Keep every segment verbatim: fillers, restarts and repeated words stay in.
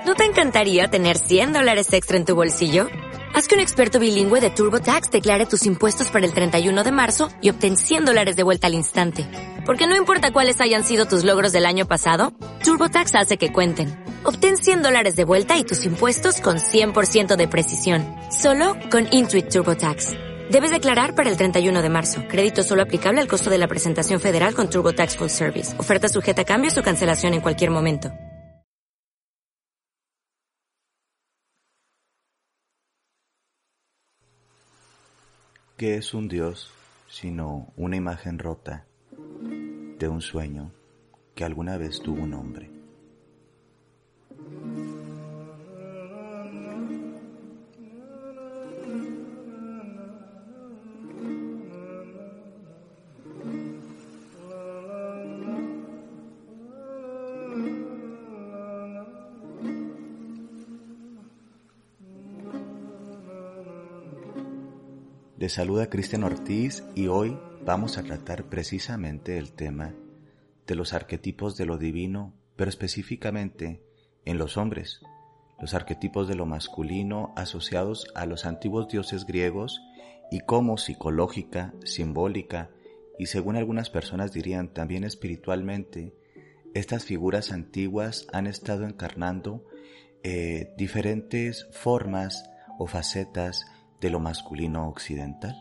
¿No te encantaría tener cien dólares extra en tu bolsillo? Haz que un experto bilingüe de TurboTax declare tus impuestos para el treinta y uno de marzo y obtén cien dólares de vuelta al instante. Porque no importa cuáles hayan sido tus logros del año pasado, TurboTax hace que cuenten. Obtén cien dólares de vuelta y tus impuestos con cien por ciento de precisión. Solo con Intuit TurboTax. Debes declarar para el treinta y uno de marzo. Crédito solo aplicable al costo de la presentación federal con TurboTax Full Service. Oferta sujeta a cambios o cancelación en cualquier momento. ¿Qué es un Dios sino una imagen rota de un sueño que alguna vez tuvo un hombre? Les saluda Cristian Ortiz y hoy vamos a tratar precisamente el tema de los arquetipos de lo divino, pero específicamente en los hombres, los arquetipos de lo masculino asociados a los antiguos dioses griegos y cómo psicológica, simbólica y según algunas personas dirían también espiritualmente, estas figuras antiguas han estado encarnando eh, diferentes formas o facetas de lo masculino occidental.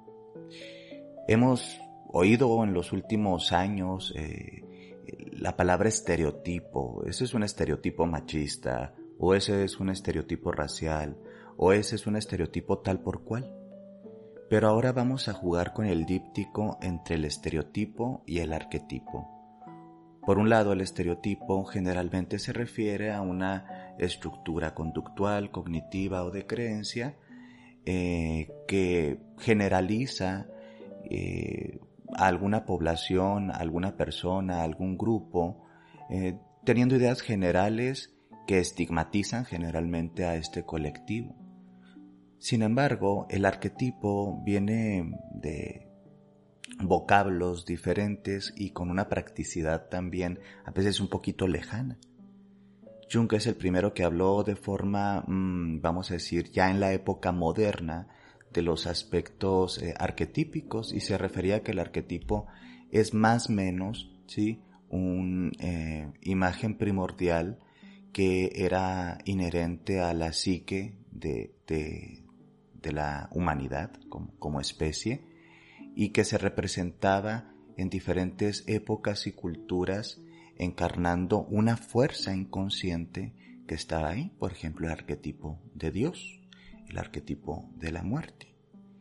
Hemos oído en los últimos años eh, la palabra estereotipo. Ese es un estereotipo machista, o ese es un estereotipo racial, o ese es un estereotipo tal por cual. Pero ahora vamos a jugar con el díptico entre el estereotipo y el arquetipo. Por un lado, el estereotipo generalmente se refiere a una estructura conductual, cognitiva o de creencia Eh, que generaliza eh, a alguna población, a alguna persona, a algún grupo, eh, teniendo ideas generales que estigmatizan generalmente a este colectivo. Sin embargo, el arquetipo viene de vocablos diferentes y con una practicidad también a veces un poquito lejana. Jung es el primero que habló de forma, mmm, vamos a decir, ya en la época moderna de los aspectos eh, arquetípicos y se refería a que el arquetipo es más o menos, ¿sí? una eh, imagen primordial que era inherente a la psique de, de, de la humanidad como, como especie y que se representaba en diferentes épocas y culturas encarnando una fuerza inconsciente que estaba ahí, por ejemplo, el arquetipo de Dios, el arquetipo de la muerte.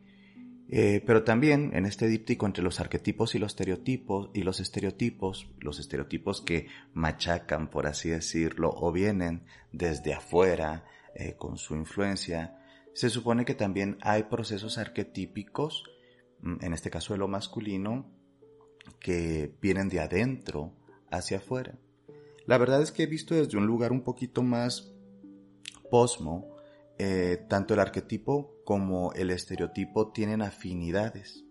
Eh, pero también en este díptico entre los arquetipos y los estereotipos, y los estereotipos, los estereotipos que machacan, por así decirlo, o vienen desde afuera eh, con su influencia, se supone que también hay procesos arquetípicos, en este caso de lo masculino, que vienen de adentro hacia afuera. La verdad es que he visto desde un lugar un poquito más posmo, eh, tanto el arquetipo como el estereotipo tienen afinidades.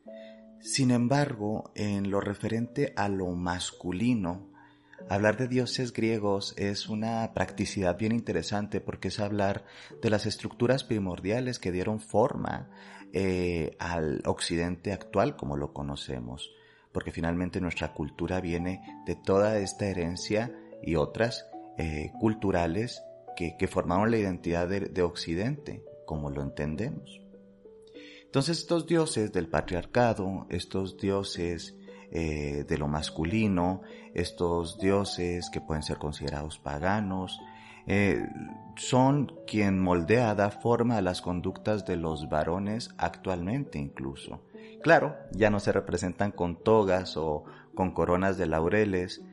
Sin embargo, en lo referente a lo masculino, hablar de dioses griegos es una practicidad bien interesante porque es hablar de las estructuras primordiales que dieron forma eh, al occidente actual como lo conocemos. Porque finalmente nuestra cultura viene de toda esta herencia y otras eh, culturales que, que formaron la identidad de, de Occidente, como lo entendemos. Entonces estos dioses del patriarcado, estos dioses eh, de lo masculino, estos dioses que pueden ser considerados paganos, eh, son quien moldea, da forma a las conductas de los varones actualmente incluso. Claro, ya no se representan con togas o con coronas de laureles,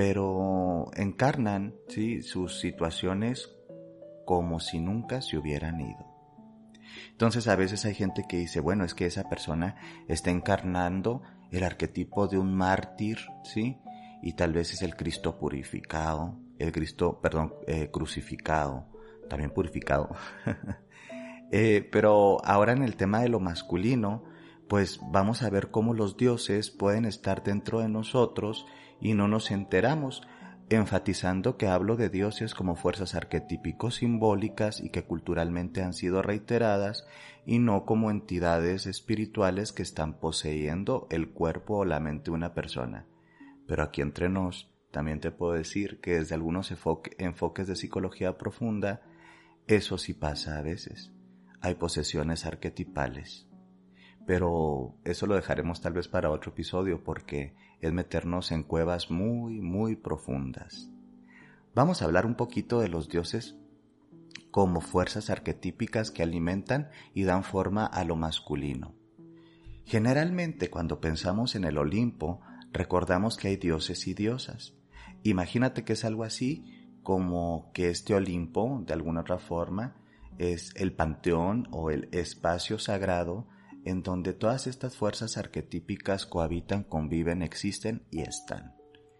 pero encarnan, ¿sí?, sus situaciones como si nunca se hubieran ido. Entonces a veces hay gente que dice, bueno, es que esa persona está encarnando el arquetipo de un mártir, ¿sí? Y tal vez es el Cristo purificado, el Cristo, perdón, eh, crucificado, también purificado. eh, pero ahora en el tema de lo masculino, pues vamos a ver cómo los dioses pueden estar dentro de nosotros y no nos enteramos. enfatizando que hablo de dioses como fuerzas arquetípicos simbólicas y que culturalmente han sido reiteradas y no como entidades espirituales que están poseyendo el cuerpo o la mente de una persona. Pero aquí entre nos, también te puedo decir que desde algunos enfoque, enfoques de psicología profunda, eso sí pasa a veces. Hay posesiones arquetipales. Pero eso lo dejaremos tal vez para otro episodio porque es meternos en cuevas muy, muy profundas. Vamos a hablar un poquito de los dioses como fuerzas arquetípicas que alimentan y dan forma a lo masculino. Generalmente cuando pensamos en el Olimpo, recordamos que hay dioses y diosas. Imagínate que es algo así como que este Olimpo, de alguna otra forma, es el panteón o el espacio sagrado en donde todas estas fuerzas arquetípicas cohabitan, conviven, existen y están.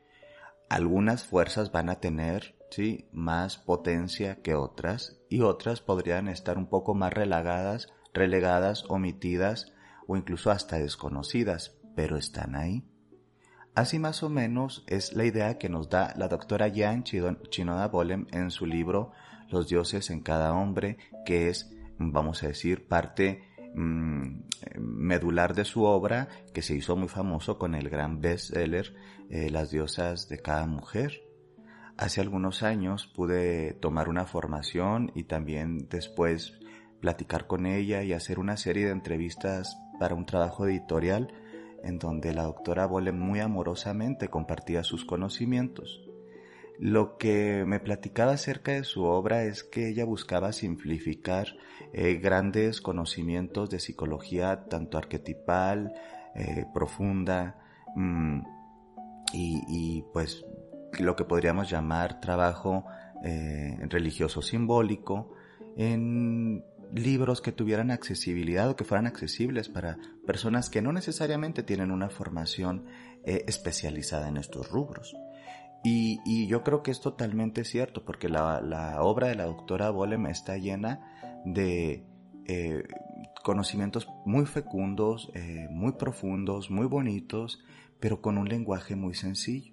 Algunas fuerzas van a tener, sí, más potencia que otras y otras podrían estar un poco más relegadas, relegadas, omitidas o incluso hasta desconocidas, pero están ahí. Así más o menos es la idea que nos da la doctora Jan Chinoda Bolen en su libro Los dioses en cada hombre, que es, vamos a decir, parte mmm, medular de su obra, que se hizo muy famoso con el gran bestseller eh, Las diosas de cada mujer. Hace algunos años pude tomar una formación y también después platicar con ella y hacer una serie de entrevistas para un trabajo editorial en donde la doctora Bolen muy amorosamente compartía sus conocimientos. Lo que me platicaba acerca de su obra es que ella buscaba simplificar eh, grandes conocimientos de psicología, tanto arquetipal, eh, profunda, mmm, y, y pues lo que podríamos llamar trabajo eh, religioso simbólico, en libros que tuvieran accesibilidad o que fueran accesibles para personas que no necesariamente tienen una formación eh, especializada en estos rubros. Y, y yo creo que es totalmente cierto, porque la, la obra de la doctora Bolen está llena de eh, conocimientos muy fecundos, eh, muy profundos, muy bonitos, pero con un lenguaje muy sencillo.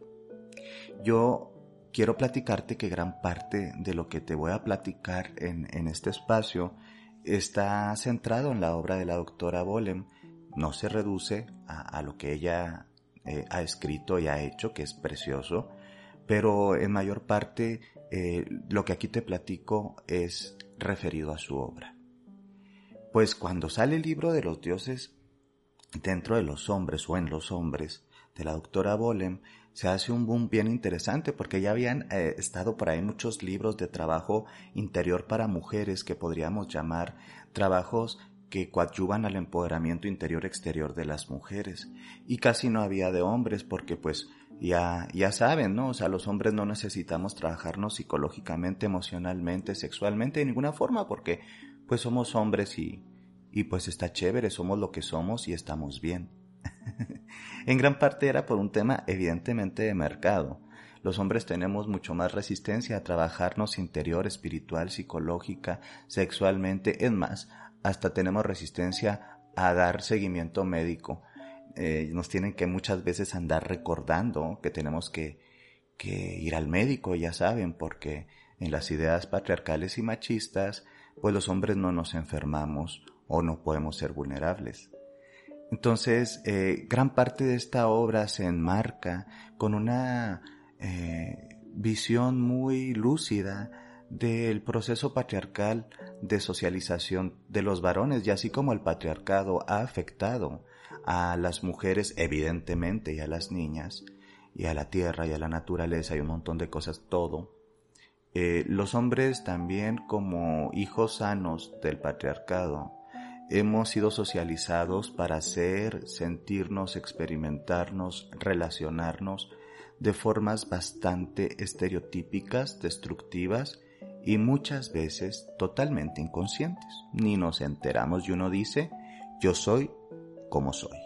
Yo quiero platicarte que gran parte de lo que te voy a platicar en, en este espacio está centrado en la obra de la doctora Bolen. No se reduce a, a lo que ella eh, ha escrito y ha hecho, que es precioso, pero en mayor parte eh, lo que aquí te platico es referido a su obra. Pues cuando sale el libro de los dioses dentro de los hombres o en los hombres de la doctora Bolen, se hace un boom bien interesante porque ya habían eh, estado por ahí muchos libros de trabajo interior para mujeres que podríamos llamar trabajos que coadyuvan al empoderamiento interior-exterior de las mujeres. Y casi no había de hombres porque pues ya, ya saben, ¿no? O sea, los hombres no necesitamos trabajarnos psicológicamente, emocionalmente, sexualmente de ninguna forma porque pues somos hombres y, y pues está chévere, somos lo que somos y estamos bien. En gran parte era por un tema evidentemente de mercado. Los hombres tenemos mucho más resistencia a trabajarnos interior, espiritual, psicológica, sexualmente. Es más, hasta tenemos resistencia a dar seguimiento médico. Eh, nos tienen que muchas veces andar recordando que tenemos que, que ir al médico, ya saben, porque en las ideas patriarcales y machistas, pues los hombres no nos enfermamos o no podemos ser vulnerables. Entonces, eh, gran parte de esta obra se enmarca con una eh, visión muy lúcida del proceso patriarcal de socialización de los varones, y así como el patriarcado ha afectado a las mujeres, evidentemente, y a las niñas, y a la tierra, y a la naturaleza, y un montón de cosas, todo. Eh, los hombres también, como hijos sanos del patriarcado, hemos sido socializados para ser, sentirnos, experimentarnos, relacionarnos de formas bastante estereotípicas, destructivas y muchas veces totalmente inconscientes. Ni nos enteramos y uno dice, yo soy como soy.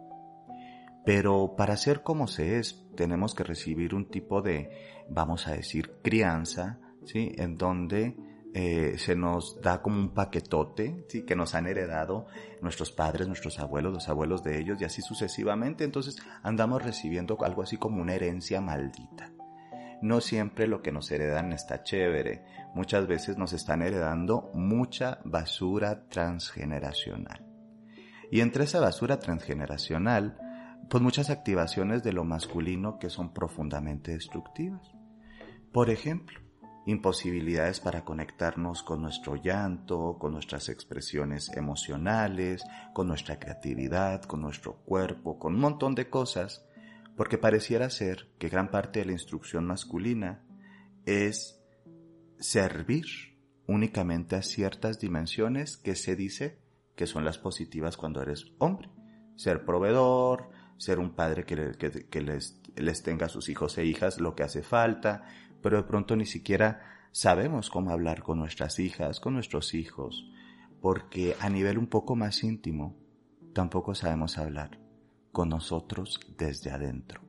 Pero para ser como se es, tenemos que recibir un tipo de, vamos a decir, crianza, ¿sí? En donde Eh, se nos da como un paquetote, ¿sí? Que nos han heredado nuestros padres, nuestros abuelos, los abuelos de ellos y así sucesivamente. Entonces andamos recibiendo algo así como una herencia maldita. no siempre lo que nos heredan está chévere. Muchas veces nos están heredando mucha basura transgeneracional. Y entre esa basura transgeneracional, pues muchas activaciones de lo masculino que son profundamente destructivas. Por ejemplo, imposibilidades para conectarnos con nuestro llanto, con nuestras expresiones emocionales, con nuestra creatividad, con nuestro cuerpo, con un montón de cosas, porque pareciera ser que gran parte de la instrucción masculina es servir únicamente a ciertas dimensiones que se dice que son las positivas cuando eres hombre. Ser proveedor, ser un padre que, le, que, que les, les tenga a sus hijos e hijas lo que hace falta, pero de pronto ni siquiera sabemos cómo hablar con nuestras hijas, con nuestros hijos, porque a nivel un poco más íntimo tampoco sabemos hablar con nosotros desde adentro.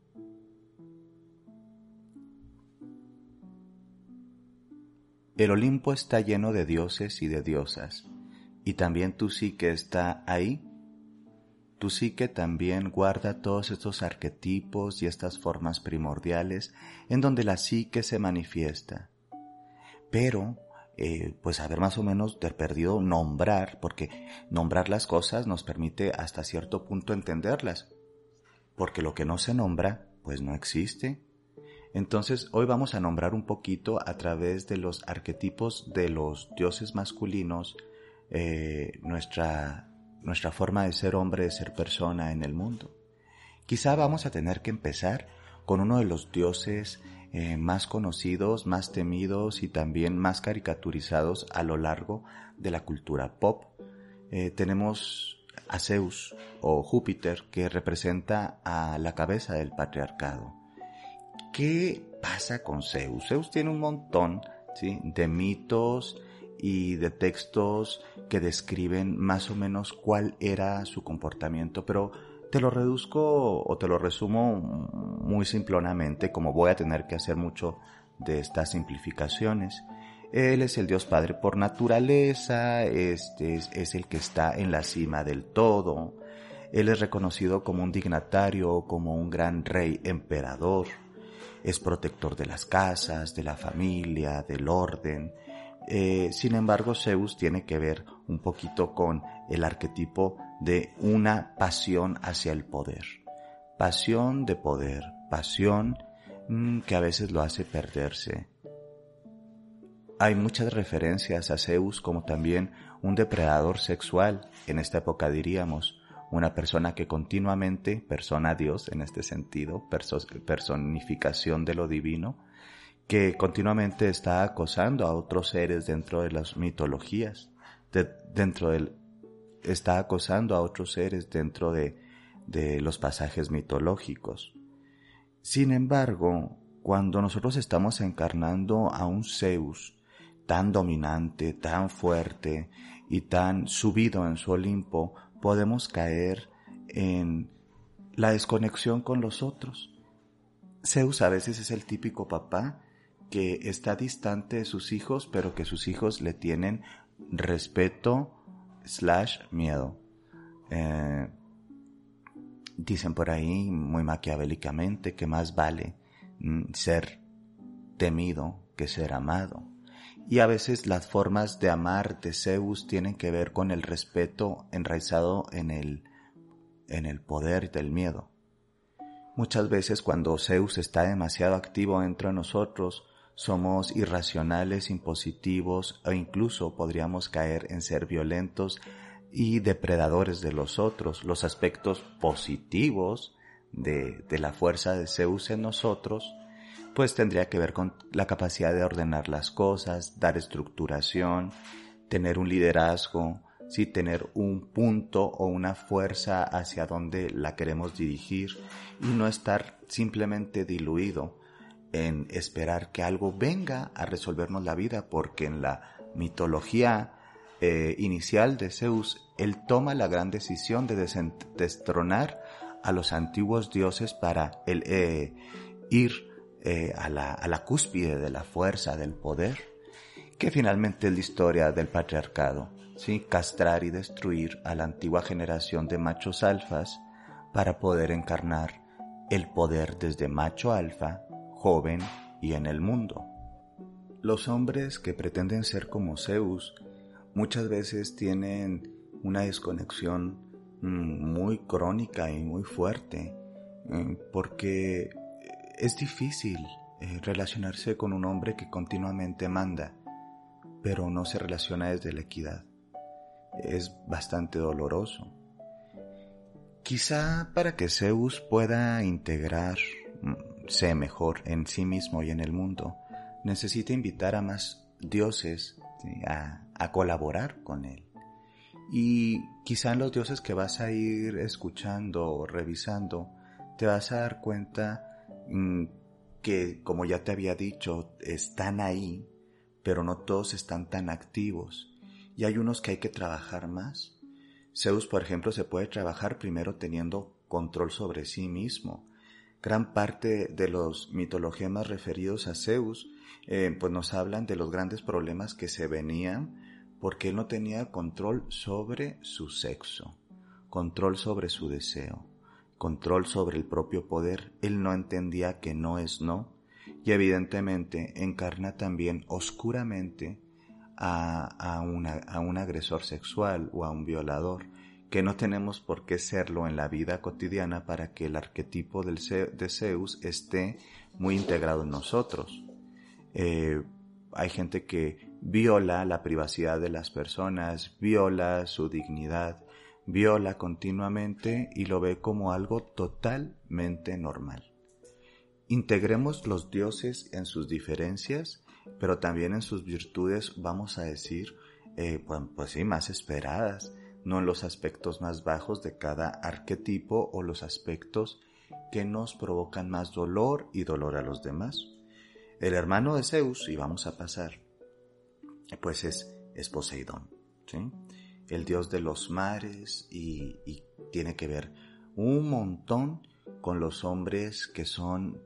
El Olimpo está lleno de dioses y de diosas, y también tu psique está ahí. Tu psique también guarda todos estos arquetipos y estas formas primordiales en donde la psique se manifiesta. Pero, eh, pues saber más o menos de perdido nombrar, porque nombrar las cosas nos permite hasta cierto punto entenderlas. Porque lo que no se nombra, pues no existe. Entonces, hoy vamos a nombrar un poquito a través de los arquetipos de los dioses masculinos, eh, nuestra nuestra forma de ser hombre, de ser persona en el mundo. Quizá vamos a tener que empezar con uno de los dioses eh, más conocidos, más temidos y también más caricaturizados a lo largo de la cultura pop. Eh, tenemos a Zeus o Júpiter, que representa a la cabeza del patriarcado. ¿Qué pasa con Zeus? Zeus tiene un montón, ¿sí?, de mitos y de textos que describen más o menos cuál era su comportamiento, pero te lo reduzco o te lo resumo muy simplonamente, como voy a tener que hacer mucho de estas simplificaciones. Él es el Dios Padre por naturaleza, este es, es el que está en la cima del todo. Él es reconocido como un dignatario, como un gran rey emperador. Es protector de las casas, de la familia, del orden. Eh, sin embargo, Zeus tiene que ver un poquito con el arquetipo de una pasión hacia el poder. Pasión de poder, pasión mmm, que a veces lo hace perderse. Hay muchas referencias a Zeus como también un depredador sexual, en esta época diríamos, una persona que continuamente, persona Dios en este sentido, perso- personificación de lo divino, que continuamente está acosando a otros seres dentro de las mitologías, de, dentro del, está acosando a otros seres dentro de, de los pasajes mitológicos. Sin embargo, cuando nosotros estamos encarnando a un Zeus tan dominante, tan fuerte y tan subido en su Olimpo, podemos caer en la desconexión con los otros. Zeus a veces es el típico papá que está distante de sus hijos, pero que sus hijos le tienen respeto slash miedo. Eh, dicen por ahí muy maquiavélicamente que más vale mm, ser temido que ser amado. Y a veces las formas de amar de Zeus tienen que ver con el respeto enraizado en el, en el poder del miedo. Muchas veces cuando Zeus está demasiado activo dentro de nosotros, somos irracionales, impositivos o incluso podríamos caer en ser violentos y depredadores de los otros. Los aspectos positivos de, de la fuerza de Zeus en nosotros, pues tendría que ver con la capacidad de ordenar las cosas, dar estructuración, tener un liderazgo, sí, tener un punto o una fuerza hacia donde la queremos dirigir y no estar simplemente diluido en esperar que algo venga a resolvernos la vida, porque en la mitología eh, inicial de Zeus, él toma la gran decisión de destronar a los antiguos dioses para el, eh, ir eh, a, la, a la cúspide de la fuerza, del poder, que finalmente es la historia del patriarcado, ¿sí? Castrar y destruir a la antigua generación de machos alfas para poder encarnar el poder desde macho alfa joven y en el mundo. Los hombres que pretenden ser como Zeus muchas veces tienen una desconexión muy crónica y muy fuerte, porque es difícil relacionarse con un hombre que continuamente manda, pero no se relaciona desde la equidad. Es bastante doloroso. Quizá para que Zeus pueda integrarse mejor en sí mismo y en el mundo, necesita invitar a más dioses, ¿sí?, a, a colaborar con él. Y quizá en los dioses que vas a ir escuchando o revisando, te vas a dar cuenta mmm, que, como ya te había dicho, están ahí, pero no todos están tan activos. Y hay unos que hay que trabajar más. Zeus, por ejemplo, se puede trabajar primero teniendo control sobre sí mismo. Gran parte de los mitologemas referidos a Zeus eh, pues nos hablan de los grandes problemas que se venían porque él no tenía control sobre su sexo, control sobre su deseo, control sobre el propio poder. Él no entendía que no es no, y evidentemente encarna también oscuramente a, a, una, a un agresor sexual o a un violador, que no tenemos por qué serlo en la vida cotidiana para que el arquetipo del, de Zeus esté muy integrado en nosotros. Eh, hay gente que viola la privacidad de las personas, viola su dignidad, viola continuamente y lo ve como algo totalmente normal. Integremos los dioses en sus diferencias, pero también en sus virtudes, vamos a decir, eh, pues, pues sí, más esperadas, no en los aspectos más bajos de cada arquetipo o los aspectos que nos provocan más dolor y dolor a los demás. El hermano de Zeus, y vamos a pasar, pues es, es Poseidón, ¿sí? El dios de los mares y, y tiene que ver un montón con los hombres que son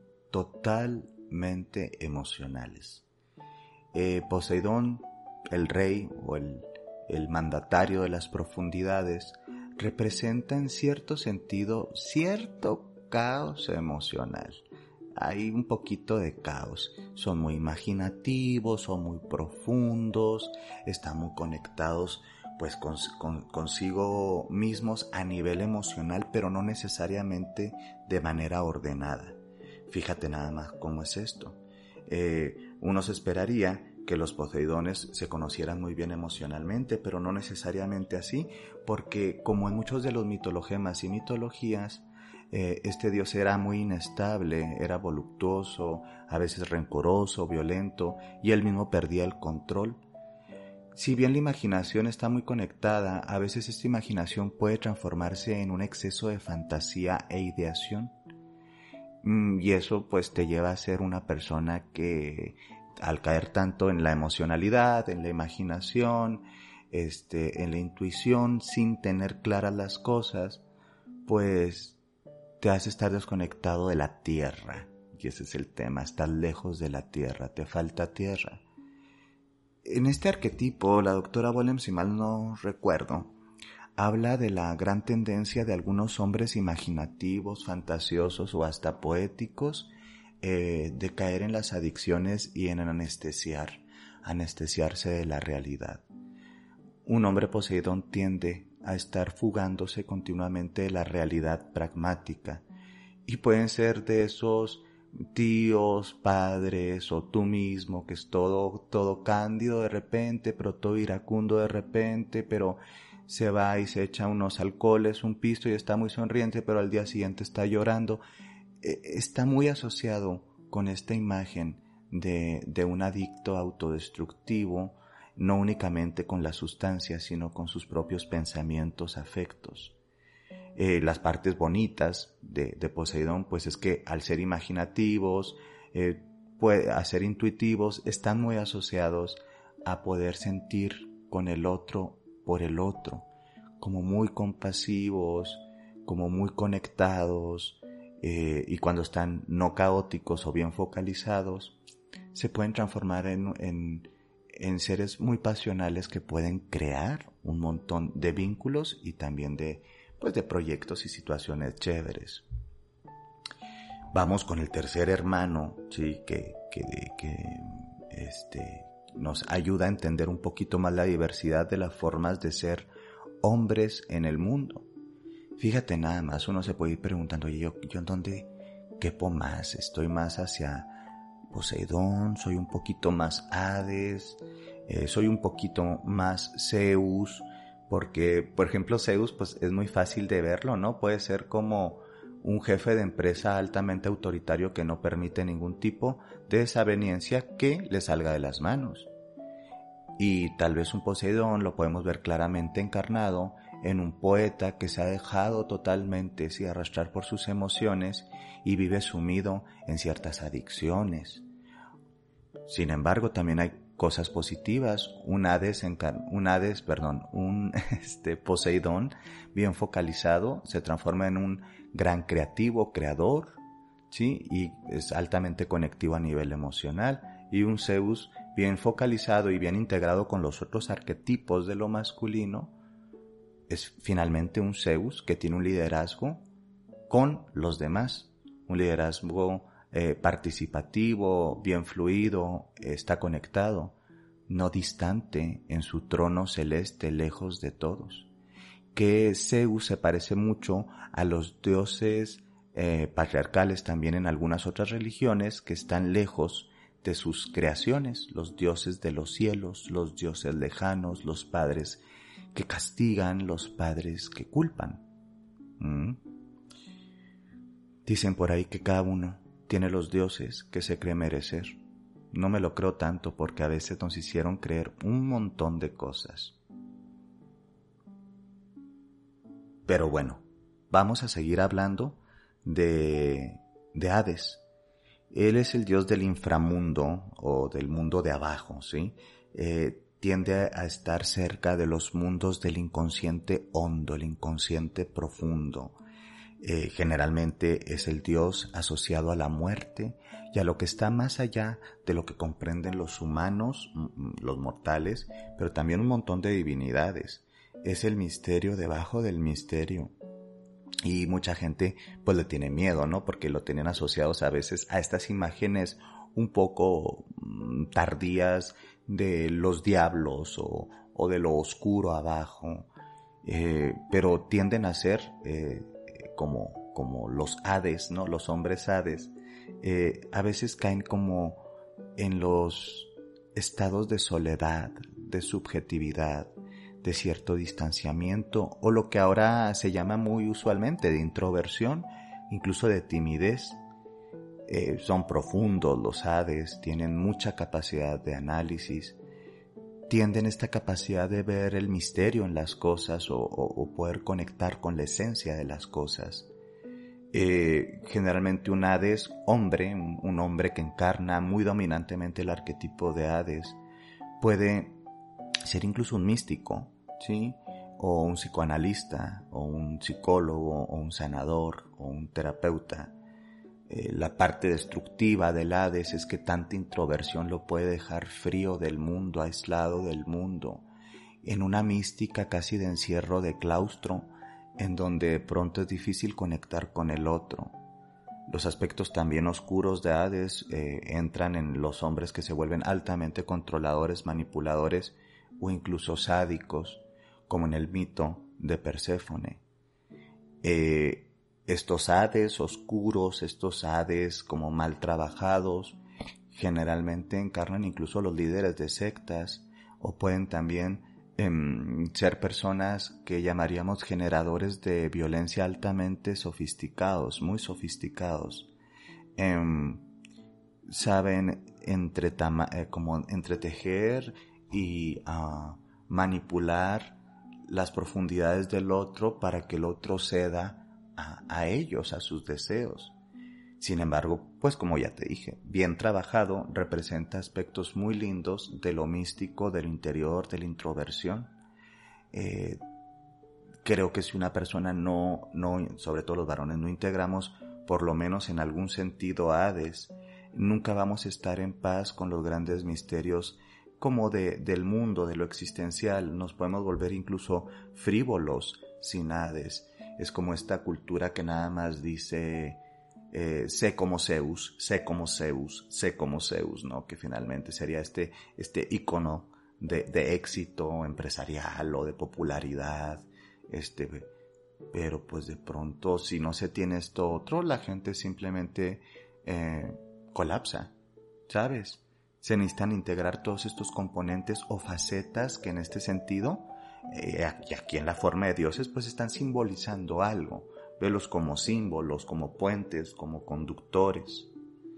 totalmente emocionales. Eh, Poseidón, el rey o el, el mandatario de las profundidades, representa en cierto sentido cierto caos emocional. Hay un poquito de caos, son muy imaginativos, son muy profundos, están muy conectados pues con, con, consigo mismos a nivel emocional, pero no necesariamente de manera ordenada. Fíjate nada más cómo es esto. Eh, uno se esperaría que los Poseidones se conocieran muy bien emocionalmente, pero no necesariamente así, porque como en muchos de los mitologemas y mitologías, Eh, este dios era muy inestable, era voluptuoso, a veces rencoroso, violento, y él mismo perdía el control. Si bien la imaginación está muy conectada, a veces esta imaginación puede transformarse en un exceso de fantasía e ideación. Mm, y eso pues te lleva a ser una persona que, al caer tanto en la emocionalidad, en la imaginación, este, en la intuición, sin tener claras las cosas, pues te hace estar desconectado de la tierra, y ese es el tema, estás lejos de la tierra, te falta tierra. En este arquetipo, la doctora Bollem, si mal no recuerdo, habla de la gran tendencia de algunos hombres imaginativos, fantasiosos o hasta poéticos, eh, de caer en las adicciones y en anestesiar, anestesiarse de la realidad. Un hombre Poseidón tiende a estar fugándose continuamente de la realidad pragmática, y pueden ser de esos tíos, padres o tú mismo que es todo, todo cándido de repente, pero todo iracundo de repente, pero se va y se echa unos alcoholes, un pisto y está muy sonriente, pero al día siguiente está llorando. Está muy asociado con esta imagen de, de un adicto autodestructivo, no únicamente con la sustancia, sino con sus propios pensamientos, afectos. Eh, las partes bonitas de, de Poseidón, pues es que al ser imaginativos, eh, puede, a ser intuitivos, están muy asociados a poder sentir con el otro por el otro, como muy compasivos, como muy conectados, eh, y cuando están no caóticos o bien focalizados, se pueden transformar en, en en seres muy pasionales que pueden crear un montón de vínculos y también de, pues de proyectos y situaciones chéveres. vamos con el tercer hermano, sí, que, que, que este, nos ayuda a entender un poquito más la diversidad de las formas de ser hombres en el mundo. Fíjate nada más, uno se puede ir preguntando, oye, yo, yo en dónde quepo más, estoy más hacia Poseidón, soy un poquito más Hades, eh, soy un poquito más Zeus, porque, por ejemplo, Zeus, pues es muy fácil de verlo, ¿no? Puede ser como un jefe de empresa altamente autoritario que no permite ningún tipo de desaveniencia que le salga de las manos. Y tal vez un Poseidón lo podemos ver claramente encarnado en un poeta que se ha dejado totalmente sí, arrastrar por sus emociones y vive sumido en ciertas adicciones. Sin embargo, también hay cosas positivas. Un Hades, un Hades, perdón, un este Poseidón bien focalizado se transforma en un gran creativo, creador, ¿sí? Y es altamente conectivo a nivel emocional. Y un Zeus bien focalizado y bien integrado con los otros arquetipos de lo masculino es finalmente un Zeus que tiene un liderazgo con los demás, un liderazgo eh, participativo, bien fluido, está conectado, no distante en su trono celeste lejos de todos. Que Zeus se parece mucho a los dioses eh, patriarcales también en algunas otras religiones que están lejos de sus creaciones, los dioses de los cielos, los dioses lejanos, los padres que castigan, los padres que culpan. ¿Mm? Dicen por ahí que cada uno tiene los dioses que se cree merecer. No me lo creo tanto porque a veces nos hicieron creer un montón de cosas. Pero bueno, vamos a seguir hablando de, de Hades. Él es el dios del inframundo o del mundo de abajo, ¿sí? Eh, tiende a estar cerca de los mundos del inconsciente hondo, el inconsciente profundo. Eh, generalmente es el dios asociado a la muerte y a lo que está más allá de lo que comprenden los humanos, los mortales, pero también un montón de divinidades. Es el misterio debajo del misterio. Y mucha gente pues le tiene miedo, ¿no? Porque lo tienen asociados a veces a estas imágenes un poco tardías de los diablos o, o de lo oscuro abajo, eh, pero tienden a ser eh, como, como los Hades, ¿no? Los hombres Hades, eh, a veces caen como en los estados de soledad, de subjetividad, de cierto distanciamiento o lo que ahora se llama muy usualmente de introversión, incluso de timidez. Eh, son profundos los Hades, tienen mucha capacidad de análisis, tienden esta capacidad de ver el misterio en las cosas o, o, o poder conectar con la esencia de las cosas. Eh, generalmente un Hades hombre, un, un hombre que encarna muy dominantemente el arquetipo de Hades, puede ser incluso un místico, ¿sí? O un psicoanalista, o un psicólogo, o un sanador, o un terapeuta. Eh, la parte destructiva del Hades es que tanta introversión lo puede dejar frío del mundo, aislado del mundo, en una mística casi de encierro de claustro, en donde de pronto es difícil conectar con el otro. Los aspectos también oscuros de Hades eh, entran en los hombres que se vuelven altamente controladores, manipuladores o incluso sádicos, como en el mito de Perséfone. Eh, estos Hades oscuros, estos Hades como mal trabajados, generalmente encarnan incluso los líderes de sectas o pueden también eh, ser personas que llamaríamos generadores de violencia altamente sofisticados, muy sofisticados. Eh, saben entre eh, como entretejer y uh, manipular las profundidades del otro para que el otro ceda a, a ellos, a sus deseos. Sin embargo, pues como ya te dije, bien trabajado representa aspectos muy lindos de lo místico, del interior, de la introversión. Eh, creo que si una persona no, no, sobre todo los varones, no integramos por lo menos en algún sentido a Hades, nunca vamos a estar en paz con los grandes misterios como de, del mundo, de lo existencial. Nos podemos volver incluso frívolos sin Hades. Es como esta cultura que nada más dice eh, sé como Zeus, sé como Zeus, sé como Zeus, ¿no? Que finalmente sería este, este ícono de, de éxito empresarial o de popularidad, este, pero pues de pronto si no se tiene esto otro, la gente simplemente eh, colapsa, ¿sabes? Se necesitan integrar todos estos componentes o facetas que en este sentido, eh, y aquí en la forma de dioses, pues están simbolizando algo. Velos como símbolos, como puentes, como conductores.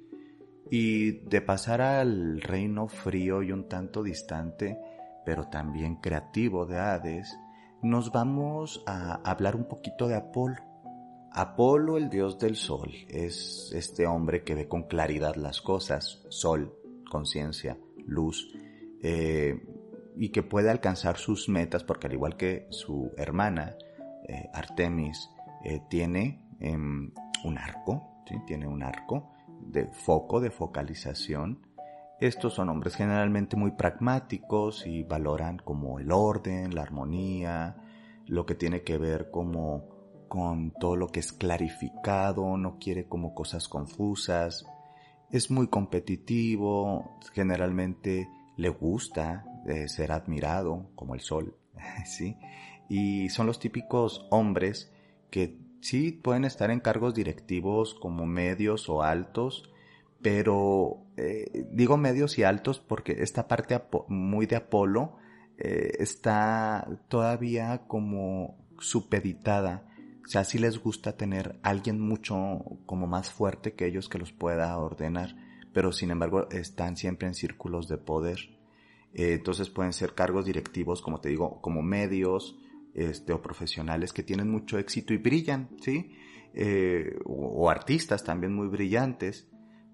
Y de pasar al reino frío y un tanto distante, pero también creativo de Hades, nos vamos a hablar un poquito de Apolo. Apolo, el dios del sol, es este hombre que ve con claridad las cosas, sol, conciencia, luz, eh, y que puede alcanzar sus metas, porque al igual que su hermana, eh, Artemis, eh, tiene eh, un arco, ¿sí? Tiene un arco de foco, de focalización. Estos son hombres generalmente muy pragmáticos y valoran como el orden, la armonía, lo que tiene que ver como con todo lo que es clarificado, no quiere como cosas confusas, es muy competitivo, generalmente le gusta eh, ser admirado como el sol, ¿sí? Y son los típicos hombres que sí pueden estar en cargos directivos como medios o altos, pero eh, digo medios y altos porque esta parte apo- muy de Apolo eh, está todavía como supeditada. O sea, sí les gusta tener a alguien mucho como más fuerte que ellos que los pueda ordenar, pero sin embargo están siempre en círculos de poder. Eh, entonces pueden ser cargos directivos, como te digo, como medios, este, o profesionales que tienen mucho éxito y brillan, ¿sí? Eh, o, o artistas también muy brillantes.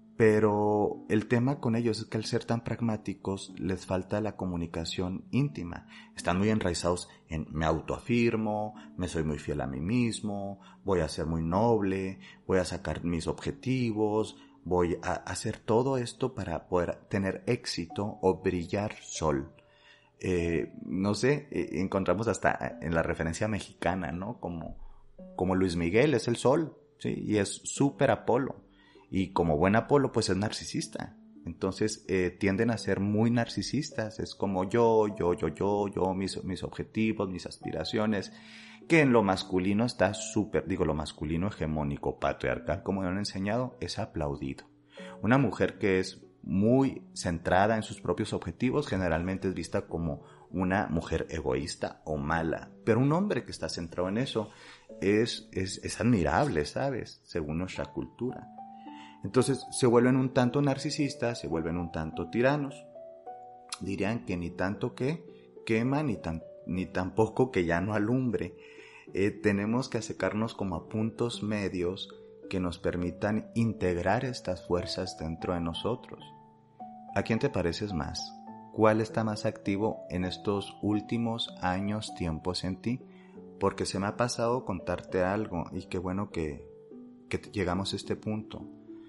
Pero el tema con ellos es que al ser tan pragmáticos les falta la comunicación íntima. Están muy enraizados en me autoafirmo, me soy muy fiel a mí mismo, voy a ser muy noble, voy a sacar mis objetivos, voy a hacer todo esto para poder tener éxito o brillar sol. Eh, no sé, eh, encontramos hasta en la referencia mexicana, ¿no? Como, como Luis Miguel es el sol, ¿sí? Y es súper Apolo. Y como buen Apolo, pues es narcisista. Entonces eh, tienden a ser muy narcisistas. Es como yo, yo, yo, yo, yo, mis, mis objetivos, mis aspiraciones. Que en lo masculino está súper, digo, lo masculino hegemónico, patriarcal, como me han enseñado, es aplaudido. Una mujer que es muy centrada en sus propios objetivos generalmente es vista como una mujer egoísta o mala. Pero un hombre que está centrado en eso es, es, es admirable, ¿sabes? Según nuestra cultura. Entonces se vuelven un tanto narcisistas, se vuelven un tanto tiranos. Dirían que ni tanto que quema, ni, tan, ni tampoco que ya no alumbre. Eh, tenemos que acercarnos como a puntos medios que nos permitan integrar estas fuerzas dentro de nosotros. ¿A quién te pareces más? ¿Cuál está más activo en estos últimos años, tiempos en ti? Porque se me ha pasado contarte algo y qué bueno que, que llegamos a este punto.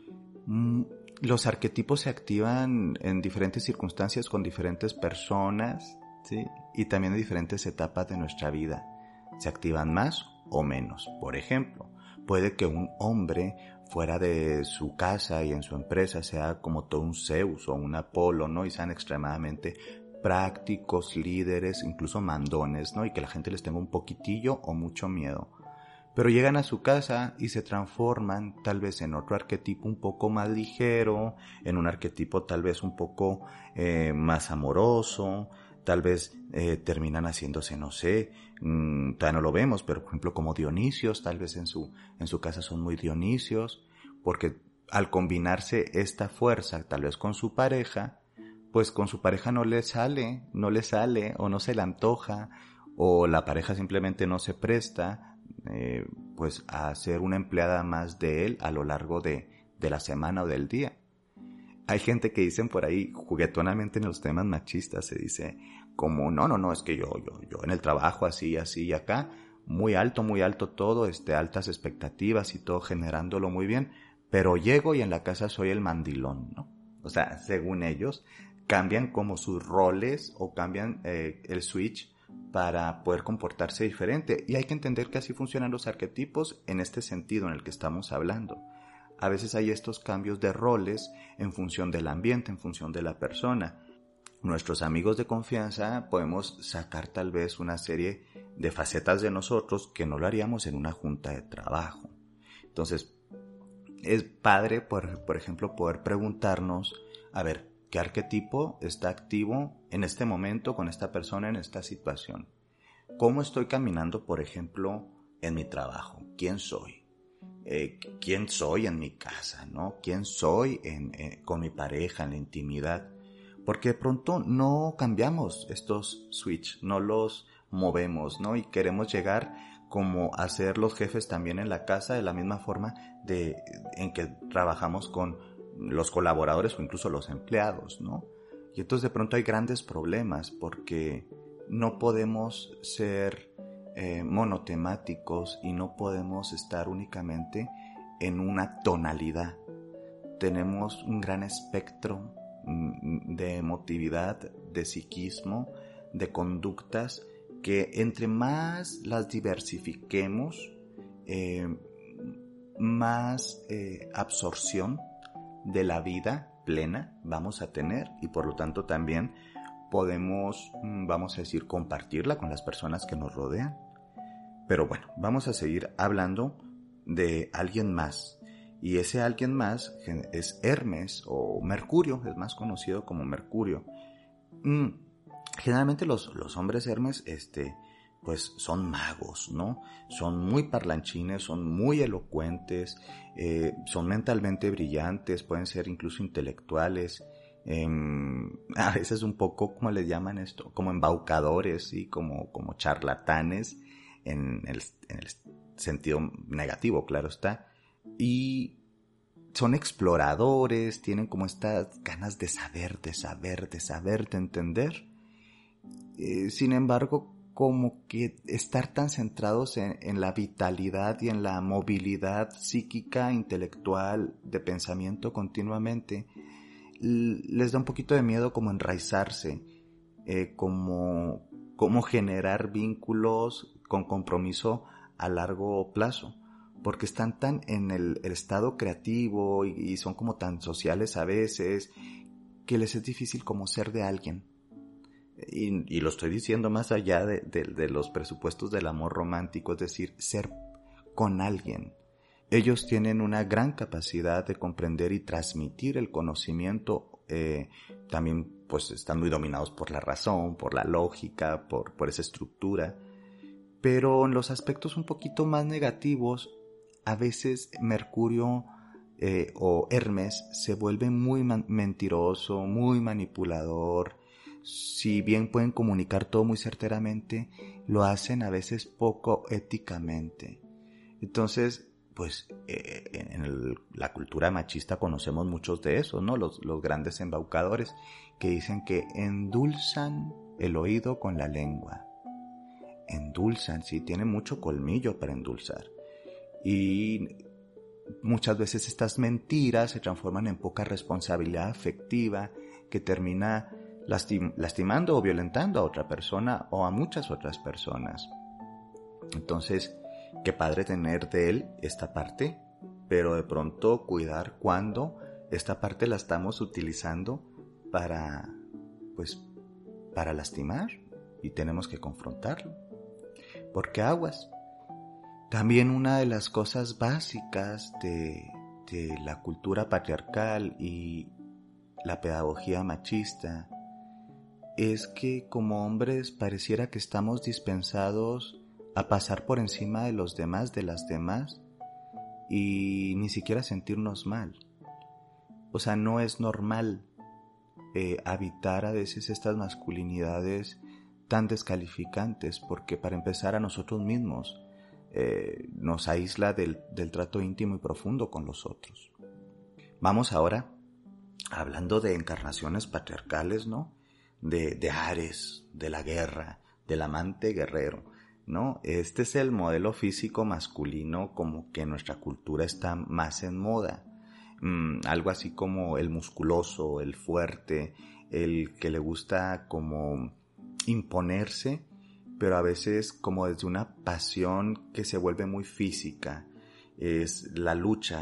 Los arquetipos se activan en diferentes circunstancias con diferentes personas, ¿sí? Y también en diferentes etapas de nuestra vida. Se activan más o menos. Por ejemplo, puede que un hombre fuera de su casa y en su empresa sea como todo un Zeus o un Apolo, ¿no? Y sean extremadamente prácticos, líderes, incluso mandones, ¿no? Y que la gente les tenga un poquitillo o mucho miedo. Pero llegan a su casa y se transforman tal vez en otro arquetipo un poco más ligero, en un arquetipo tal vez un poco eh, más amoroso, tal vez eh, terminan haciéndose, no sé, mmm, todavía no lo vemos, pero por ejemplo como Dionisios, tal vez en su, en su casa son muy Dionisios, porque al combinarse esta fuerza tal vez con su pareja, pues con su pareja no le sale, no le sale o no se le antoja, o la pareja simplemente no se presta, Eh, pues a ser una empleada más de él a lo largo de, de la semana o del día. Hay gente que dicen por ahí juguetonamente en los temas machistas, se dice como no, no, no, es que yo, yo, yo en el trabajo así, así y acá, muy alto, muy alto todo, este, altas expectativas y todo generándolo muy bien, pero llego y en la casa soy el mandilón, ¿no? O sea, según ellos, cambian como sus roles o cambian eh, el switch para poder comportarse diferente. Y hay que entender que así funcionan los arquetipos en este sentido en el que estamos hablando. A veces hay estos cambios de roles en función del ambiente, en función de la persona. Nuestros amigos de confianza podemos sacar tal vez una serie de facetas de nosotros que no lo haríamos en una junta de trabajo. Entonces, es padre, por, por ejemplo, poder preguntarnos, a ver, ¿qué arquetipo está activo en este momento con esta persona en esta situación? ¿Cómo estoy caminando, por ejemplo, en mi trabajo? ¿Quién soy? Eh, ¿Quién soy en mi casa, ¿no? ¿Quién soy en, eh, con mi pareja, en la intimidad? Porque de pronto no cambiamos estos switch, no los movemos, ¿no? Y queremos llegar como a ser los jefes también en la casa de la misma forma de, en que trabajamos con los colaboradores o incluso los empleados, ¿no? Y entonces de pronto hay grandes problemas porque no podemos ser eh, monotemáticos y no podemos estar únicamente en una tonalidad. Tenemos un gran espectro de emotividad, de psiquismo, de conductas que entre más las diversifiquemos, eh, más eh, absorción de la vida plena vamos a tener y por lo tanto también podemos, vamos a decir, compartirla con las personas que nos rodean. Pero bueno, vamos a seguir hablando de alguien más. Y ese alguien más es Hermes o Mercurio, es más conocido como Mercurio. Mm, generalmente los, los hombres Hermes este, pues son magos, ¿no? Son muy parlanchines, son muy elocuentes, eh, son mentalmente brillantes, pueden ser incluso intelectuales. Eh, a veces un poco, ¿cómo les llaman esto? Como embaucadores, ¿sí? Como, como charlatanes en el, en el sentido negativo, claro está. Y son exploradores, tienen como estas ganas de saber, de saber, de saber, de entender. Eh, sin embargo, como que estar tan centrados en, en la vitalidad y en la movilidad psíquica, intelectual, de pensamiento continuamente, l- les da un poquito de miedo como enraizarse, eh, como, como generar vínculos con compromiso a largo plazo. Porque están tan en el, el estado creativo y, y son como tan sociales a veces que les es difícil como ser de alguien. Y, y lo estoy diciendo más allá de, de, de los presupuestos del amor romántico, es decir, ser con alguien. Ellos tienen una gran capacidad de comprender y transmitir el conocimiento, eh, también pues están muy dominados por la razón, por la lógica, por, por esa estructura. Pero en los aspectos un poquito más negativos, a veces Mercurio eh, o Hermes se vuelve muy man- mentiroso, muy manipulador. Si bien pueden comunicar todo muy certeramente, lo hacen a veces poco éticamente. Entonces, pues eh, en el, la cultura machista conocemos muchos de esos, ¿no? Los, los grandes embaucadores que dicen que endulzan el oído con la lengua. Endulzan, sí, tienen mucho colmillo para endulzar. Y muchas veces estas mentiras se transforman en poca responsabilidad afectiva que termina lastim- lastimando o violentando a otra persona o a muchas otras personas. Entonces, qué padre tener de él esta parte, pero de pronto cuidar cuando esta parte la estamos utilizando para, pues, para lastimar y tenemos que confrontarlo. Porque aguas. También una de las cosas básicas de, de la cultura patriarcal y la pedagogía machista es que como hombres pareciera que estamos dispensados a pasar por encima de los demás, de las demás, y ni siquiera sentirnos mal. O sea, no es normal eh, habitar a veces estas masculinidades tan descalificantes, porque para empezar a nosotros mismos eh, nos aísla del, del trato íntimo y profundo con los otros. Vamos ahora hablando de encarnaciones patriarcales, ¿no? De, de Ares, de la guerra, del amante guerrero, ¿no? Este es el modelo físico masculino como que en nuestra cultura está más en moda. Mm, algo así como el musculoso, el fuerte, el que le gusta como imponerse, pero a veces como desde una pasión que se vuelve muy física. Es la lucha,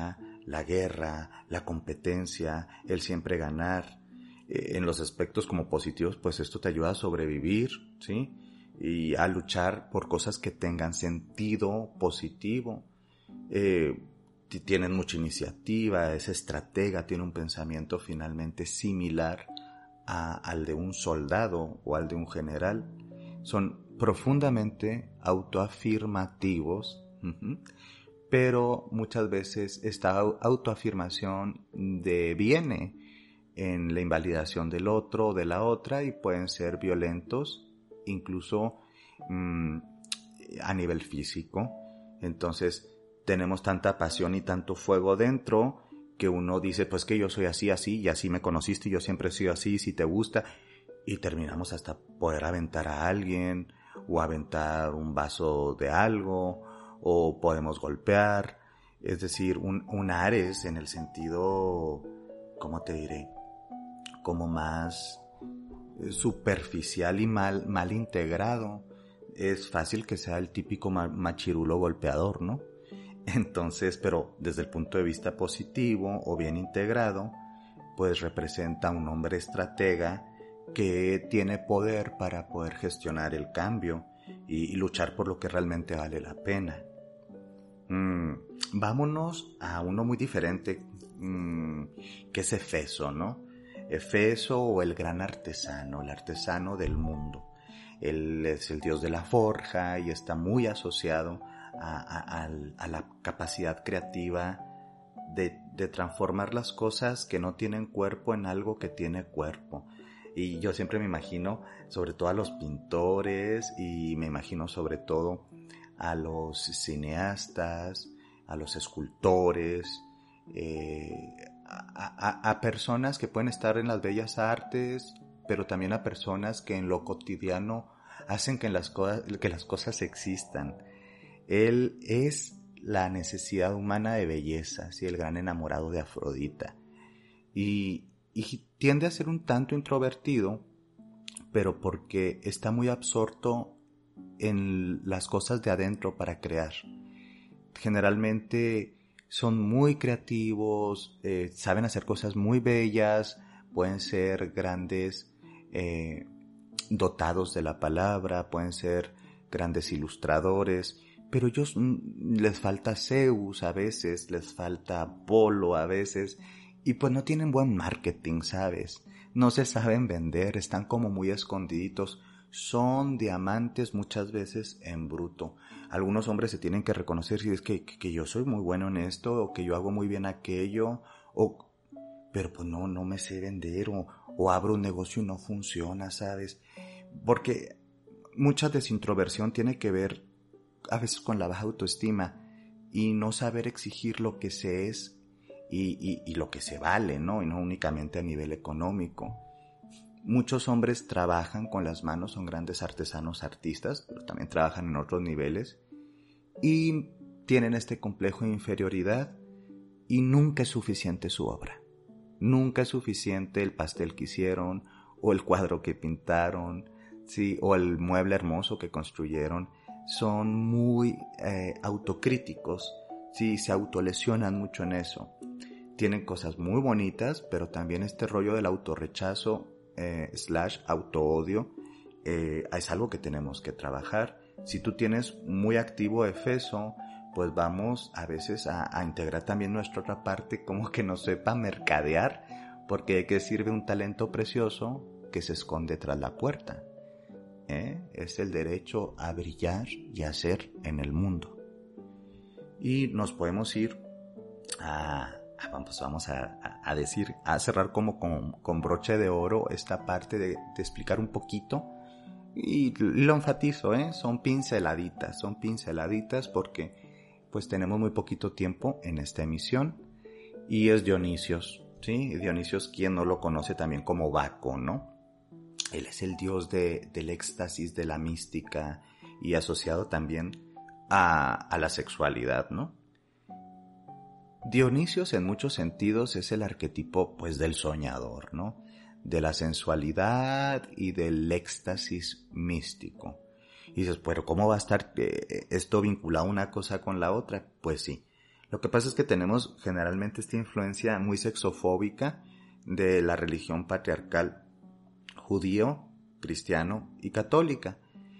la guerra, la competencia, el siempre ganar. Eh, en los aspectos como positivos, pues esto te ayuda a sobrevivir, ¿sí? Y a luchar por cosas que tengan sentido positivo. Eh, tienes mucha iniciativa, es estratega, tiene un pensamiento finalmente similar a, al de un soldado o al de un general. Son profundamente autoafirmativos, uh-huh, pero muchas veces esta autoafirmación deviene en la invalidación del otro o de la otra y pueden ser violentos, incluso mmm, a nivel físico. Entonces tenemos tanta pasión y tanto fuego dentro que uno dice, pues que yo soy así, así, y así me conociste, y yo siempre he sido así, si te gusta, y terminamos hasta poder aventar a alguien, o aventar un vaso de algo, o podemos golpear, es decir, un, un Ares en el sentido, ¿cómo te diré? Como más superficial y mal, mal integrado. Es fácil que sea el típico machirulo golpeador, ¿no? Entonces, pero desde el punto de vista positivo o bien integrado, pues representa un hombre estratega que tiene poder para poder gestionar el cambio y, y luchar por lo que realmente vale la pena. Mm, vámonos a uno muy diferente, mm, que es Efeso, ¿no? Efeso o el gran artesano, el artesano del mundo. Él es el dios de la forja y está muy asociado a, a, a, a la capacidad creativa de, de transformar las cosas que no tienen cuerpo en algo que tiene cuerpo. Y yo siempre me imagino sobre todo a los pintores y me imagino sobre todo a los cineastas, a los escultores, eh, a, a, a personas que pueden estar en las bellas artes, pero también a personas que en lo cotidiano hacen que las, co- que las cosas existan. Él es la necesidad humana de belleza, ¿sí? El gran enamorado de Afrodita. Y, y tiende a ser un tanto introvertido, pero porque está muy absorto en las cosas de adentro para crear. Generalmente son muy creativos, eh, saben hacer cosas muy bellas, pueden ser grandes eh, dotados de la palabra, pueden ser grandes ilustradores, pero ellos mm, les falta Zeus a veces, les falta Apolo a veces, y pues no tienen buen marketing, ¿sabes? No se saben vender, están como muy escondiditos. Son diamantes muchas veces en bruto. Algunos hombres se tienen que reconocer si es que, que, que yo soy muy bueno en esto, o que yo hago muy bien aquello, o, pero pues no, no me sé vender, o, o abro un negocio y no funciona, ¿sabes? Porque mucha desintroversión tiene que ver a veces con la baja autoestima y no saber exigir lo que se es y, y, y lo que se vale, ¿no? Y no únicamente a nivel económico. Muchos hombres trabajan con las manos, son grandes artesanos, artistas, pero también trabajan en otros niveles y tienen este complejo de inferioridad y nunca es suficiente su obra. Nunca es suficiente el pastel que hicieron o el cuadro que pintaron, ¿sí? O el mueble hermoso que construyeron. Son muy eh, autocríticos, ¿sí? Se autolesionan mucho en eso. Tienen cosas muy bonitas, pero también este rollo del autorrechazo Eh, slash autoodio eh, es algo que tenemos que trabajar. Si tú tienes muy activo Efeso, pues vamos a veces a, a integrar también nuestra otra parte, como que nos sepa mercadear, porque ¿de qué sirve un talento precioso que se esconde tras la puerta? ¿Eh? Es el derecho a brillar y a ser en el mundo. Y nos podemos ir a Vamos, vamos a, a decir, a cerrar como con, con broche de oro esta parte de, de explicar un poquito, y lo enfatizo, ¿eh? son pinceladitas, son pinceladitas porque pues tenemos muy poquito tiempo en esta emisión, y es Dionisios, ¿sí? Dionisios, quien no lo conoce también como Baco, ¿no? Él es el dios de, del éxtasis, de la mística, y asociado también a, a la sexualidad, ¿no? Dionisios en muchos sentidos es el arquetipo pues del soñador, ¿no? De la sensualidad y del éxtasis místico. Y dices, pero ¿cómo va a estar eh, esto vinculado una cosa con la otra? Pues sí, Lo que pasa es que tenemos generalmente esta influencia muy sexofóbica de la religión patriarcal judío, cristiano y católica.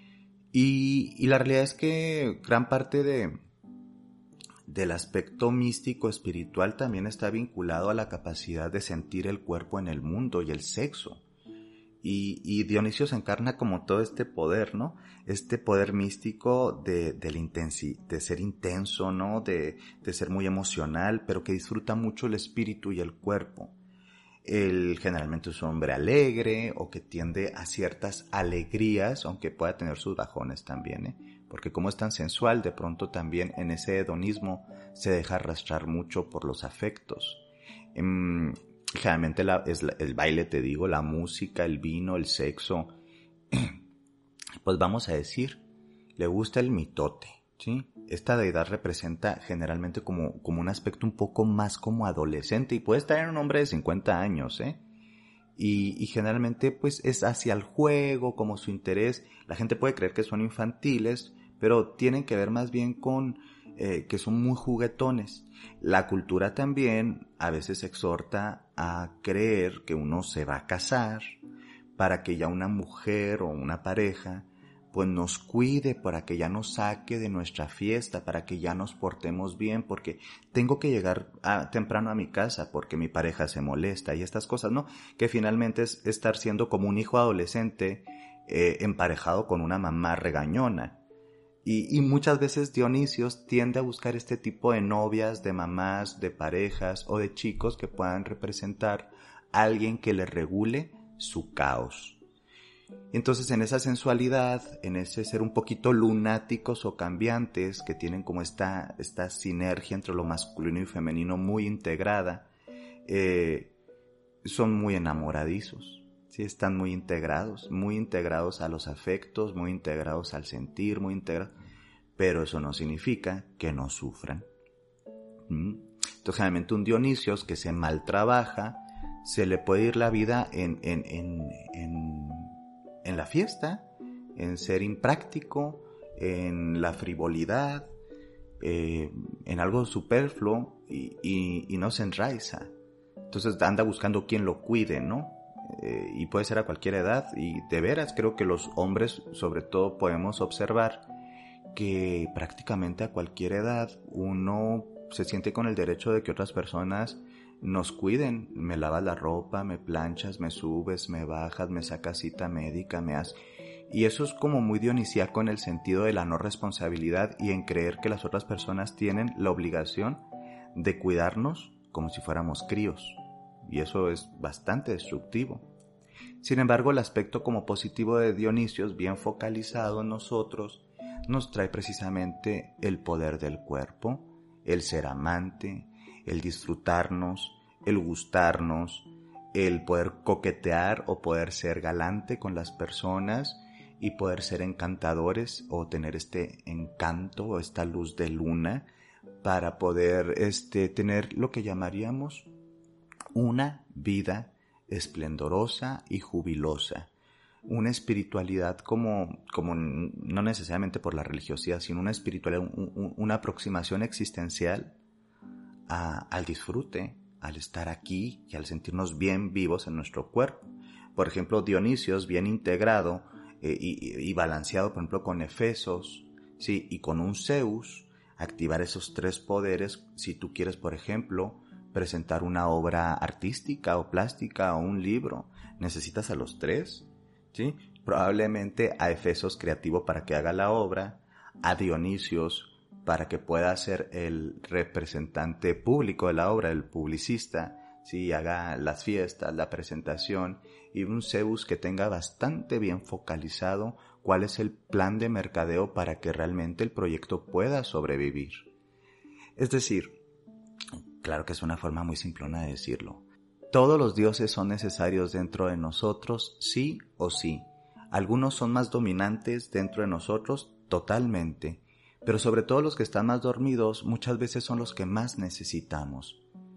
Y, y la realidad es que gran parte de, del aspecto místico espiritual también está vinculado a la capacidad de sentir el cuerpo en el mundo y el sexo. Y, y Dionisio se encarna como todo este poder, ¿no? Este poder místico de, de, la intensi, de ser intenso, ¿no? De, de ser muy emocional, pero que disfruta mucho el espíritu y el cuerpo. Él generalmente es un hombre alegre o que tiende a ciertas alegrías, aunque pueda tener sus bajones también, ¿eh? Porque como es tan sensual, de pronto también en ese hedonismo se deja arrastrar mucho por los afectos. Um, generalmente la, es la, el baile, te digo, la música, el vino, el sexo. Pues vamos a decir, le gusta el mitote, ¿sí? Esta deidad representa generalmente como, como un aspecto un poco más como adolescente y puede estar en un hombre de cincuenta años, ¿eh? Y, y generalmente pues es hacia el juego, como su interés. La gente puede creer que son infantiles, pero tienen que ver más bien con eh, que son muy juguetones. La cultura también a veces exhorta a creer que uno se va a casar para que ya una mujer o una pareja pues nos cuide, para que ya nos saque de nuestra fiesta, para que ya nos portemos bien, porque tengo que llegar a, temprano a mi casa, porque mi pareja se molesta y estas cosas, ¿no? Que finalmente es estar siendo como un hijo adolescente eh, emparejado con una mamá regañona. Y, y muchas veces Dionisio tiende a buscar este tipo de novias, de mamás, de parejas o de chicos que puedan representar a alguien que le regule su caos. Entonces en esa sensualidad, en ese ser un poquito lunáticos o cambiantes que tienen como esta, esta sinergia entre lo masculino y femenino muy integrada, eh, son muy enamoradizos, ¿sí? Están muy integrados, muy integrados a los afectos, muy integrados al sentir, muy integrados, pero eso no significa que no sufran. ¿Mm? Entonces generalmente un Dionisio que se mal trabaja, se le puede ir la vida en, en, en, en en la fiesta, en ser impráctico, en la frivolidad, eh, en algo superfluo y, y, y no se enraiza. Entonces anda buscando quien lo cuide, ¿no? Eh, y puede ser a cualquier edad y de veras creo que los hombres sobre todo podemos observar que prácticamente a cualquier edad uno se siente con el derecho de que otras personas nos cuiden. Me lavas la ropa, me planchas, me subes, me bajas, me sacas cita médica, me haces... Y eso es como muy dionisíaco en el sentido de la no responsabilidad y en creer que las otras personas tienen la obligación de cuidarnos como si fuéramos críos. Y eso es bastante destructivo. Sin embargo, el aspecto como positivo de Dionisio, bien focalizado en nosotros, nos trae precisamente el poder del cuerpo, el ser amante, el disfrutarnos, el gustarnos, el poder coquetear o poder ser galante con las personas y poder ser encantadores o tener este encanto o esta luz de luna para poder este, tener lo que llamaríamos una vida esplendorosa y jubilosa. Una espiritualidad como, como no necesariamente por la religiosidad, sino una espiritualidad, un, un, una aproximación existencial A, al disfrute, al estar aquí y al sentirnos bien vivos en nuestro cuerpo. Por ejemplo, Dionisio bien integrado eh, y, y balanceado, por ejemplo, con Efesos, ¿sí? Y con un Zeus, activar esos tres poderes. Si tú quieres, por ejemplo, presentar una obra artística o plástica o un libro, necesitas a los tres, ¿sí? Probablemente a Efesos creativo para que haga la obra, a Dionisios para que pueda ser el representante público de la obra, el publicista, ¿sí? Haga las fiestas, la presentación, y un Zeus que tenga bastante bien focalizado cuál es el plan de mercadeo para que realmente el proyecto pueda sobrevivir. Es decir, claro que es una forma muy simplona de decirlo, todos los dioses son necesarios dentro de nosotros, sí o sí. Algunos son más dominantes dentro de nosotros, totalmente. Pero sobre todo los que están más dormidos muchas veces son los que más necesitamos.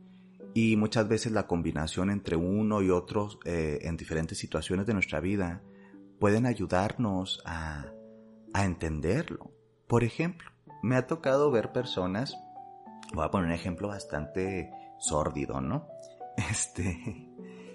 Y muchas veces la combinación entre uno y otro eh, en diferentes situaciones de nuestra vida pueden ayudarnos a, a entenderlo. Por ejemplo, me ha tocado ver personas voy a poner un ejemplo bastante sórdido, ¿no? Este,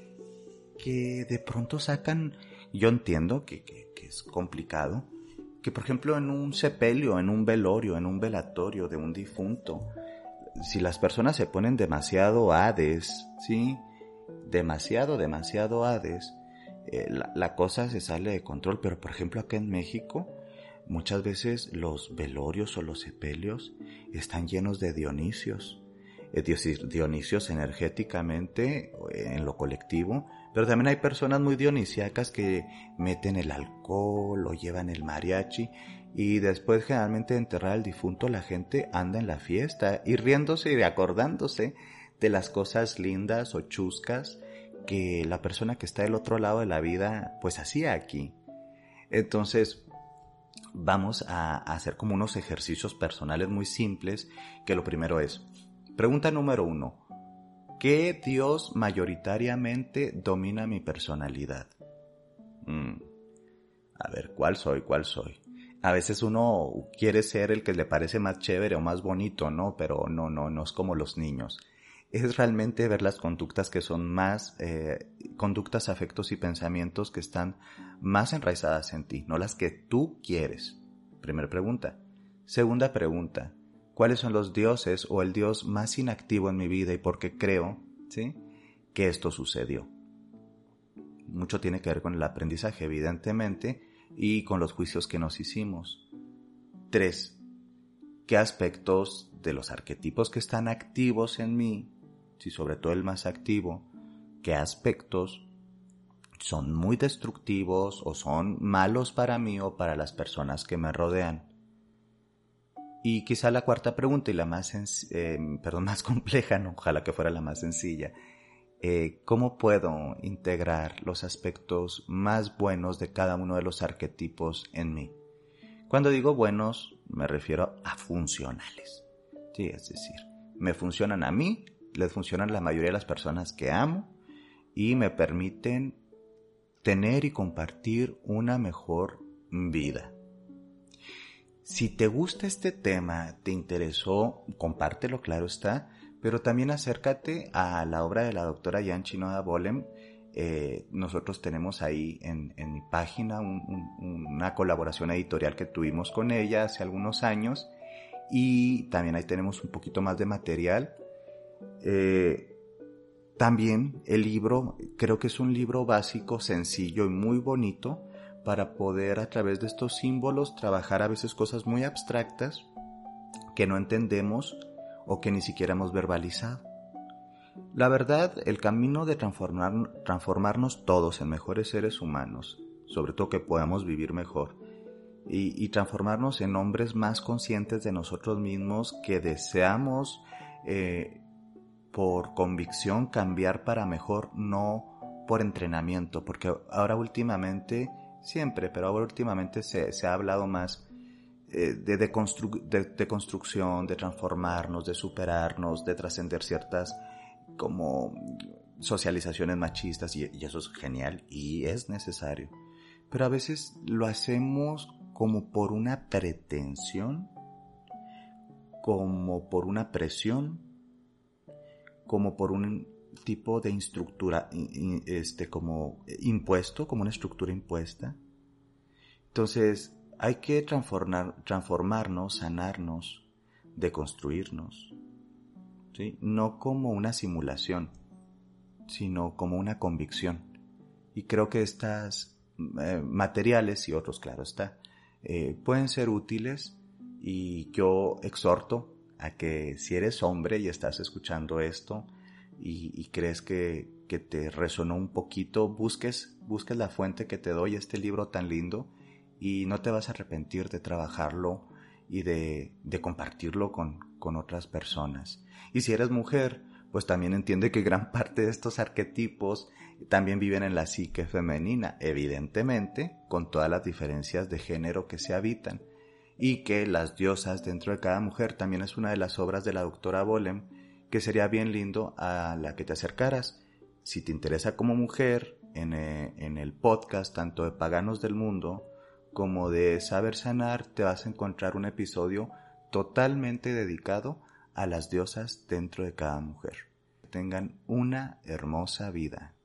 que de pronto sacan, yo entiendo que, que, que es complicado, que por ejemplo en un sepelio, en un velorio, en un velatorio de un difunto, si las personas se ponen demasiado hades, ¿sí? Demasiado, demasiado hades, eh, la, la cosa se sale de control. Pero por ejemplo acá en México, muchas veces los velorios o los sepelios están llenos de Dionisios. Dionisios energéticamente en lo colectivo, pero también hay personas muy dionisíacas que meten el alcohol o llevan el mariachi, y después generalmente de enterrar al difunto la gente anda en la fiesta y riéndose y acordándose de las cosas lindas o chuscas que la persona que está del otro lado de la vida pues hacía aquí. Entonces vamos a hacer como unos ejercicios personales muy simples, que lo primero es: pregunta número uno: ¿qué Dios mayoritariamente domina mi personalidad? Mm, a ver, ¿cuál soy? ¿Cuál soy? A veces uno quiere ser el que le parece más chévere o más bonito, ¿no? Pero no, no, no es como los niños. Es realmente ver las conductas que son más, eh, conductas, afectos y pensamientos que están más enraizadas en ti, no las que tú quieres. Primera pregunta. Segunda pregunta: ¿cuáles son los dioses o el dios más inactivo en mi vida y por qué creo, ¿sí?, que esto sucedió? Mucho tiene que ver con el aprendizaje, evidentemente, y con los juicios que nos hicimos. Tres, ¿qué aspectos de los arquetipos que están activos en mí, sí, sobre todo el más activo, qué aspectos son muy destructivos o son malos para mí o para las personas que me rodean? Y quizá la cuarta pregunta y la más, eh, perdón, más compleja, no, ojalá que fuera la más sencilla: eh, ¿cómo puedo integrar los aspectos más buenos de cada uno de los arquetipos en mí? Cuando digo buenos, me refiero a funcionales. Sí, es decir, me funcionan a mí, les funcionan a la mayoría de las personas que amo y me permiten tener y compartir una mejor vida. Si te gusta este tema, te interesó, compártelo, claro está, pero también acércate a la obra de la doctora Jan Chinoda Bolen. Eh, nosotros tenemos ahí en, en mi página un, un, una colaboración editorial que tuvimos con ella hace algunos años, y también ahí tenemos un poquito más de material. Eh, también el libro, creo que es un libro básico, sencillo y muy bonito, para poder a través de estos símbolos trabajar a veces cosas muy abstractas que no entendemos o que ni siquiera hemos verbalizado. La verdad, el camino de transformar, transformarnos todos en mejores seres humanos, sobre todo que podamos vivir mejor, y, y transformarnos en hombres más conscientes de nosotros mismos, que deseamos eh, por convicción cambiar para mejor, no por entrenamiento, porque ahora últimamente, siempre, pero ahora últimamente se, se ha hablado más eh, de, de, constru, de, de construcción, de transformarnos, de superarnos, de trascender ciertas como socializaciones machistas, y, y eso es genial y es necesario, pero a veces lo hacemos como por una pretensión, como por una presión, como por un tipo de estructura, este, como impuesto, como una estructura impuesta. Entonces hay que transformar, transformarnos, sanarnos, deconstruirnos, ¿sí? No como una simulación, sino como una convicción. Y creo que estas eh, materiales y otros, claro está, eh, pueden ser útiles, y yo exhorto a que si eres hombre y estás escuchando esto y, y crees que, que te resonó un poquito, busques, busques la fuente que te doy, este libro tan lindo, y no te vas a arrepentir de trabajarlo y de, de compartirlo con, con otras personas. Y si eres mujer, pues también entiende que gran parte de estos arquetipos también viven en la psique femenina, evidentemente con todas las diferencias de género que se habitan, y que las diosas dentro de cada mujer también es una de las obras de la doctora Bolen, que sería bien lindo a la que te acercaras. Si te interesa como mujer, en, eh, en el podcast tanto de Paganos del Mundo como de Saber Sanar, te vas a encontrar un episodio totalmente dedicado a las diosas dentro de cada mujer. Que tengan una hermosa vida.